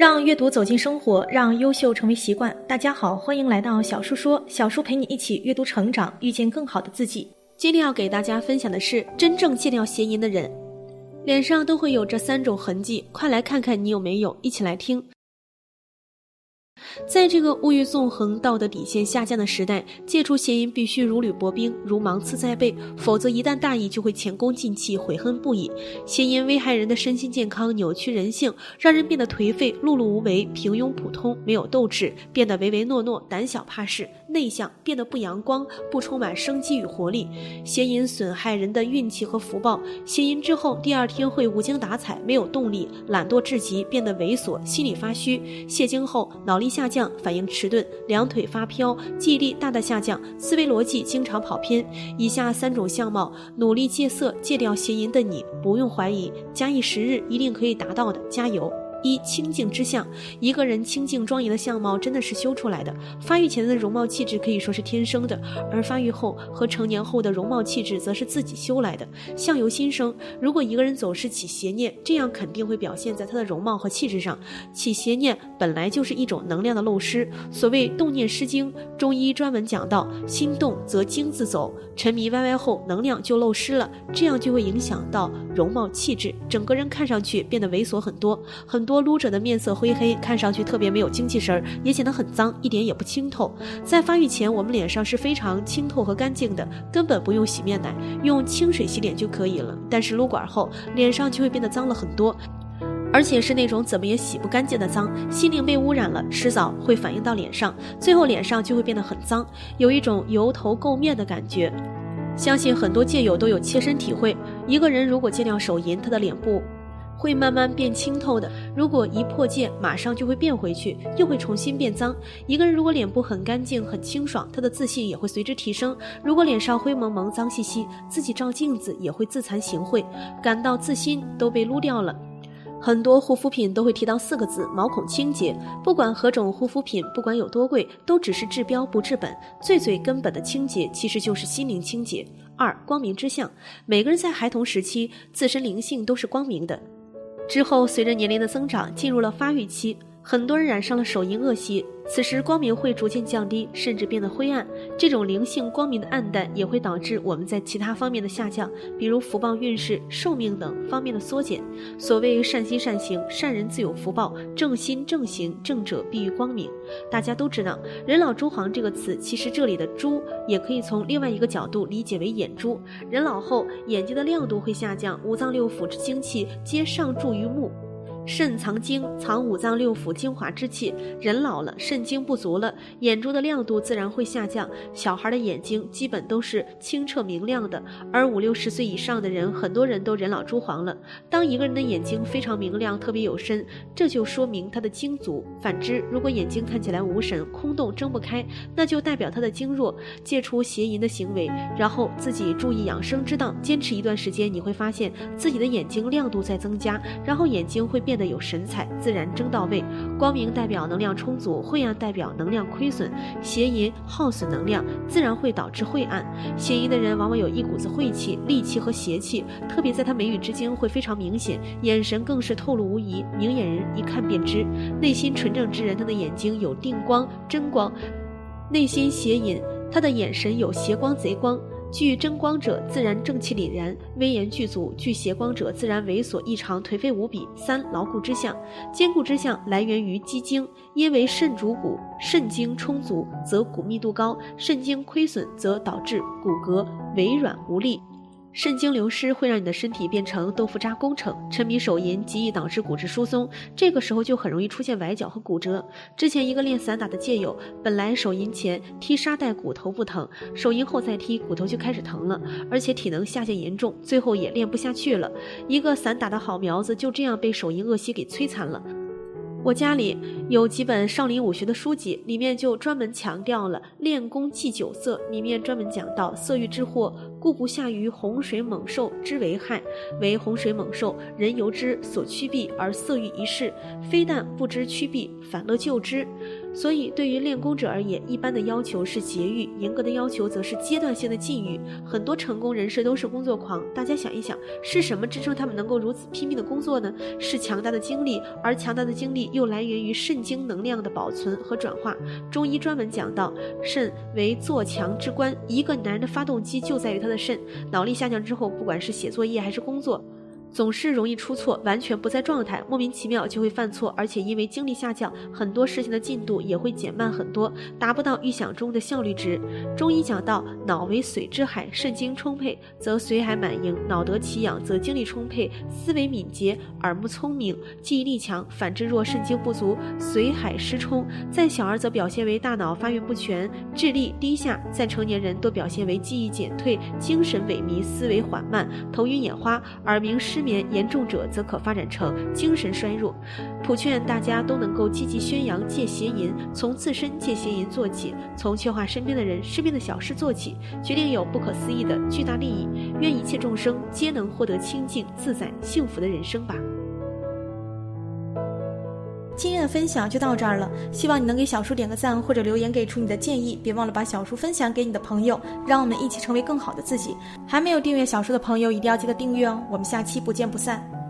让阅读走进生活，让优秀成为习惯。大家好，欢迎来到小叔说，小叔陪你一起阅读成长，遇见更好的自己。 今天要给大家分享的是，真正戒掉邪淫的人，脸上都会有这3种痕迹，快来看看你有没有，一起来听。在这个物欲纵横、道德底线下降的时代，戒除邪淫必须如履薄冰，如芒刺在背，否则一旦大意就会前功尽弃，悔恨不已。邪淫危害人的身心健康，扭曲人性，让人变得颓废、碌碌无为、平庸普通，没有斗志，变得唯唯诺诺、胆小怕事、内向，变得不阳光，不充满生机与活力。邪淫损害人的运气和福报，邪淫之后第2天会无精打采，没有动力，懒惰至极，变得猥琐，心里发虚。泄精后脑力下降，反应迟钝，两腿发飘，记忆力大大下降，思维逻辑经常跑偏。以下3种相貌，努力戒色、戒掉邪淫的你，不用怀疑，假以时日一定可以达到的，加油。1. 清净之相，一个人清净庄严的相貌真的是修出来的。发育前的容貌气质可以说是天生的，而发育后和成年后的容貌气质则是自己修来的。相由心生，如果一个人总是起邪念，这样肯定会表现在他的容貌和气质上。起邪念本来就是一种能量的漏失，所谓动念失精，中医专门讲到，心动则精自走，沉迷歪歪后能量就漏失了，这样就会影响到容貌气质，整个人看上去变得猥琐很多。很多撸者的面色灰黑，看上去特别没有精气神，也显得很脏，一点也不清透。在发育前，我们脸上是非常清透和干净的，根本不用洗面奶，用清水洗脸就可以了。但是撸管后，脸上就会变得脏了很多，而且是那种怎么也洗不干净的脏，心灵被污染了，迟早会反映到脸上，最后脸上就会变得很脏，有一种油头垢面的感觉。相信很多戒友都有切身体会，一个人如果戒掉手淫，他的脸部会慢慢变清透的，如果一破戒马上就会变回去，又会重新变脏。一个人如果脸部很干净很清爽，他的自信也会随之提升。如果脸上灰蒙蒙脏兮兮，自己照镜子也会自惭形秽，感到自信都被撸掉了。很多护肤品都会提到4个字，毛孔清洁。不管何种护肤品，不管有多贵，都只是治标不治本，最根本的清洁其实就是心灵清洁。2. 光明之相，每个人在孩童时期自身灵性都是光明的，之后随着年龄的增长，进入了发育期，很多人染上了手淫恶习，此时光明会逐渐降低，甚至变得灰暗。这种灵性光明的暗淡也会导致我们在其他方面的下降，比如福报、运势、寿命等方面的缩减。所谓善心善行，善人自有福报，正心正行，正者必遇光明。大家都知道人老珠黄这个词，其实这里的珠也可以从另外一个角度理解为眼珠。人老后眼睛的亮度会下降，五脏六腑之精气皆上注于目，肾藏精，藏五脏六腑精华之气，人老了，肾精不足了，眼珠的亮度自然会下降。小孩的眼睛基本都是清澈明亮的，而50、60岁以上的人，很多人都人老珠黄了。当一个人的眼睛非常明亮，特别有神，这就说明他的精足。反之，如果眼睛看起来无神、空洞、睁不开，那就代表他的精弱。戒除邪淫的行为，然后自己注意养生之道，坚持一段时间，你会发现自己的眼睛亮度在增加，然后眼睛会变得有神采，自然睁到位。光明代表能量充足，晦暗代表能量亏损，邪淫耗损能量，自然会导致晦暗。邪淫的人往往有一股子晦气、戾气和邪气，特别在他眉宇之间会非常明显，眼神更是透露无遗，明眼人一看便知。内心纯正之人，他的眼睛有定光、真光；内心邪淫，他的眼神有邪光、贼光。具真光者自然正气凛然，威严具足；具邪光者自然猥琐异常，颓废无比。3. 牢固之相，坚固之相来源于肌精，因为肾主骨，肾精充足则骨密度高，肾精亏损则导致骨骼微软无力。肾精流失会让你的身体变成豆腐渣工程，沉迷手淫极易导致骨质疏松，这个时候就很容易出现崴脚和骨折。之前一个练散打的戒友，本来手淫前踢沙袋骨头不疼，手淫后再踢骨头就开始疼了，而且体能下降严重，最后也练不下去了。一个散打的好苗子就这样被手淫恶习给摧残了。我家里有几本少林武学的书籍，里面就专门强调了练功忌酒色，里面专门讲到色欲之祸，故不下于洪水猛兽之为害，为洪水猛兽，人由之所趋避而色欲一世，非但不知趋避，反乐救之。 所以对于练功者而言，一般的要求是节欲，严格的要求则是阶段性的禁欲。很多成功人士都是工作狂，大家想一想，是什么支撑他们能够如此拼命的工作呢？是强大的精力，而强大的精力又来源于肾精能量的保存和转化。中医专门讲到，肾为做强之官，一个男人的发动机就在于他的肾。脑力下降之后，不管是写作业还是工作，总是容易出错，完全不在状态，莫名其妙就会犯错，而且因为精力下降，很多事情的进度也会减慢很多，达不到预想中的效率值。中医讲到，脑为水之海，肾精充沛则髓海满盈，脑得其养则精力充沛，思维敏捷，耳目聪明，记忆力强。反之若肾精不足，髓海失充，在小儿则表现为大脑发育不全，智力低下，在成年人多表现为记忆减退，精神萎靡，思维缓慢，头晕眼花，耳鸣失眠，严重者则可发展成精神衰弱。普劝大家都能够积极宣扬戒邪淫，从自身戒邪淫做起，从劝化身边的人、身边的小事做起，决定有不可思议的巨大利益。愿一切众生皆能获得清净自在幸福的人生吧。 今天的分享就到这儿了，希望你能给小叔点个赞或者留言给出你的建议，别忘了把小叔分享给你的朋友，让我们一起成为更好的自己。还没有订阅小叔的朋友一定要记得订阅哦，我们下期不见不散。